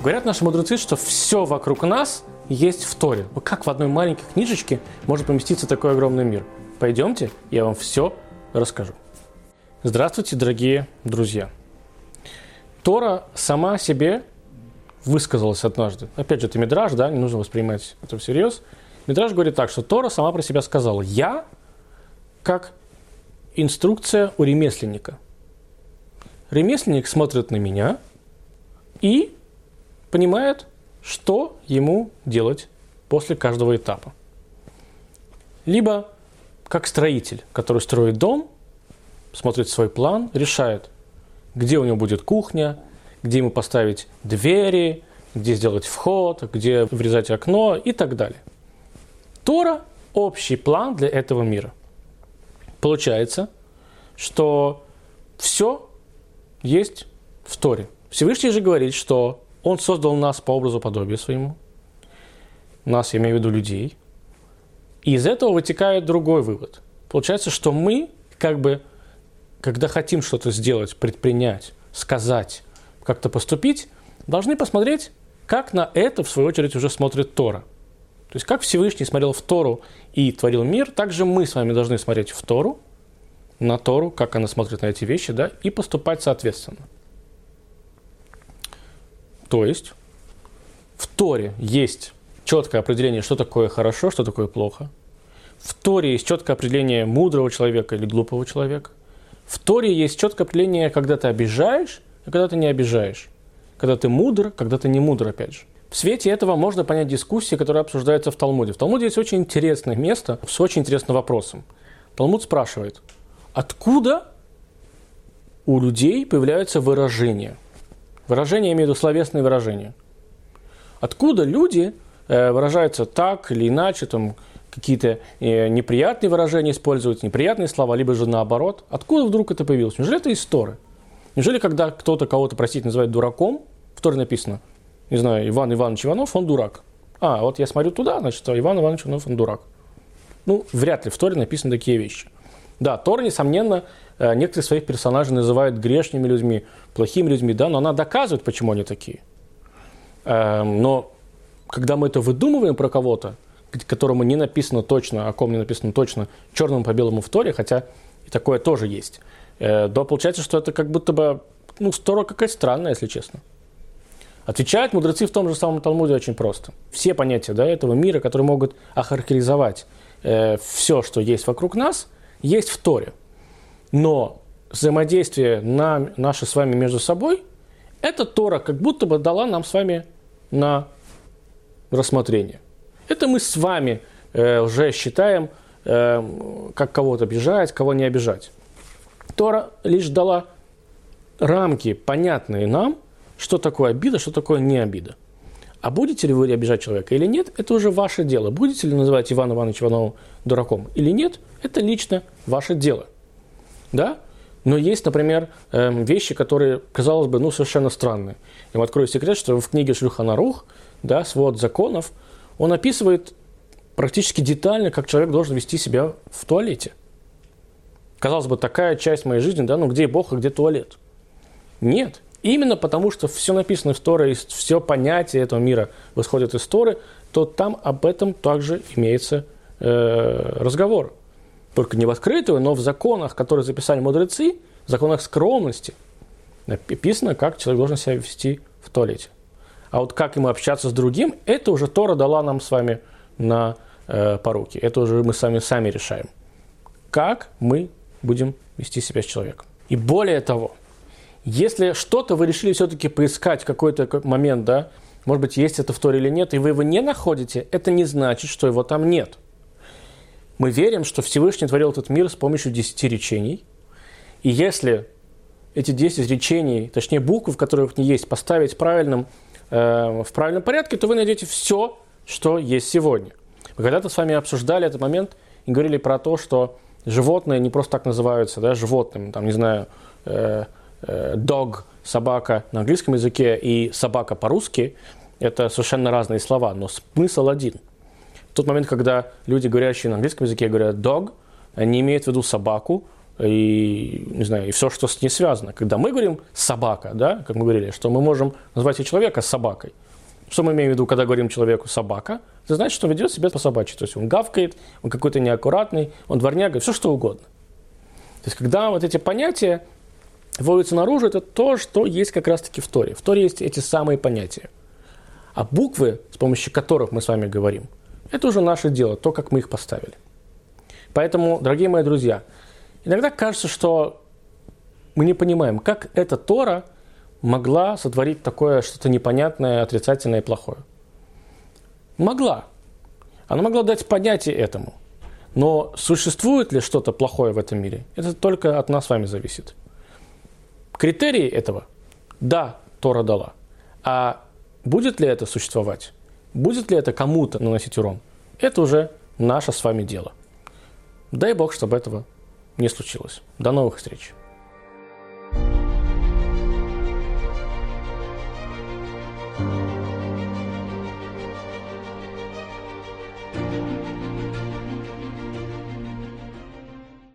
Говорят наши мудрецы, что все вокруг нас есть в Торе. Ну как в одной маленькой книжечке может поместиться такой огромный мир? Пойдемте, я вам все расскажу. Здравствуйте, дорогие друзья. Тора сама себе высказалась однажды. Опять же, это Мидраш, да, не нужно воспринимать это всерьез. Мидраш говорит так, что Тора сама про себя сказала: «Я как инструкция у ремесленника». Ремесленник смотрит на меня и понимает, что ему делать после каждого этапа. Либо как строитель, который строит дом, смотрит свой план, решает, где у него будет кухня, где ему поставить двери, где сделать вход, где врезать окно и так далее. Тора – общий план для этого мира. Получается, что все есть в Торе. Всевышний же говорит, что Он создал нас по образу подобию своему. Нас, я имею в виду людей. И из этого вытекает другой вывод. Получается, что мы, когда хотим что-то сделать, предпринять, сказать, как-то поступить, должны посмотреть, как на это, в свою очередь, уже смотрит Тора. То есть, как Всевышний смотрел в Тору и творил мир, так же мы с вами должны смотреть в Тору, на Тору, как она смотрит на эти вещи, да, и поступать соответственно. То есть, в Торе есть четкое определение, что такое хорошо, что такое плохо. В Торе есть четкое определение мудрого человека или глупого человека. В Торе есть четкое определение, когда ты обижаешь, а когда ты не обижаешь. Когда ты мудр, когда ты не мудр, опять же. В свете этого можно понять дискуссии, которые обсуждаются в Талмуде. В Талмуде есть очень интересное место с очень интересным вопросом. Талмуд спрашивает, откуда у людей появляются выражения? Выражения, я имею в виду словесные выражения. Откуда люди выражаются так или иначе, там, какие-то неприятные выражения используют, неприятные слова, либо же наоборот. Откуда вдруг это появилось? Неужели это из Торы? Неужели, когда кто-то кого-то, простите, называет дураком, в Торе написано, не знаю, Иван Иванович Иванов, он дурак. А, вот я смотрю туда, значит, Иван Иванович Иванов, он дурак. Ну, вряд ли в Торе написаны такие вещи. Да, Тора, несомненно, некоторых своих персонажей называют грешными людьми, плохими людьми, да, но она доказывает, почему они такие. Но когда мы это выдумываем про кого-то, которому не написано точно, о ком не написано точно, черному по белому в Торе, хотя и такое тоже есть, то получается, что это как будто бы, Тора какая-то странная, если честно. Отвечают мудрецы в том же самом Талмуде очень просто. Все понятия, да, этого мира, которые могут охарактеризовать все, что есть вокруг нас, есть в Торе. Но взаимодействие наше с вами между собой, эта Тора как будто бы дала нам с вами на рассмотрение. Это мы с вами уже считаем, как кого-то обижать, кого не обижать. Тора лишь дала рамки, понятные нам, что такое обида, что такое не обида. А будете ли вы обижать человека или нет, это уже ваше дело. Будете ли называть Ивана Ивановича Иванова дураком или нет, это лично ваше дело. Да? Но есть, например, вещи, которые, казалось бы, совершенно странные. Я вам открою секрет, что в книге Шульхан Арух, да, свод законов, он описывает практически детально, как человек должен вести себя в туалете. Казалось бы, такая часть моей жизни, да, где Бог, а где туалет? Нет. Именно потому, что все написано в Торе, и все понятие этого мира восходит из Торы, то там об этом также имеется разговор. Только не в открытую, но в законах, которые записали мудрецы, в законах скромности, написано, как человек должен себя вести в туалете. А вот как ему общаться с другим, это уже Тора дала нам с вами на поруки. Это уже мы сами решаем. Как мы будем вести себя с человеком. И более того, если что-то вы решили все-таки поискать в какой-то момент, да, может быть, есть это в Торе или нет, и вы его не находите, это не значит, что его там нет. Мы верим, что Всевышний творил этот мир с помощью 10 речений. И если эти 10 речений, точнее букв, которые в них есть, поставить в правильном порядке, то вы найдете все, что есть сегодня. Мы когда-то с вами обсуждали этот момент и говорили про то, что животные не просто так называются, да, животным, там, не знаю, dog, собака на английском языке и собака по-русски – это совершенно разные слова, но смысл один. В тот момент, когда люди, говорящие на английском языке, говорят dog, они имеют в виду собаку, и, не знаю, и все, что с ней связано. Когда мы говорим «собака», да, как мы говорили, что мы можем назвать и человека собакой. Что мы имеем в виду, когда говорим человеку «собака»? Это значит, что он ведет себя по-собачьи. То есть он гавкает, он какой-то неаккуратный, он дворняга, все что угодно. То есть когда вот эти понятия вводятся наружу, это то, что есть как раз-таки в Торе. В Торе есть эти самые понятия. А буквы, с помощью которых мы с вами говорим, это уже наше дело, то, как мы их поставили. Поэтому, дорогие мои друзья, иногда кажется, что мы не понимаем, как эта Тора могла сотворить такое что-то непонятное, отрицательное и плохое. Могла. Она могла дать понятие этому. Но существует ли что-то плохое в этом мире? Это только от нас с вами зависит. Критерии этого, да, Тора дала. А будет ли это существовать? Будет ли это кому-то наносить урон? Это уже наше с вами дело. Дай Бог, чтобы этого не случилось. До новых встреч.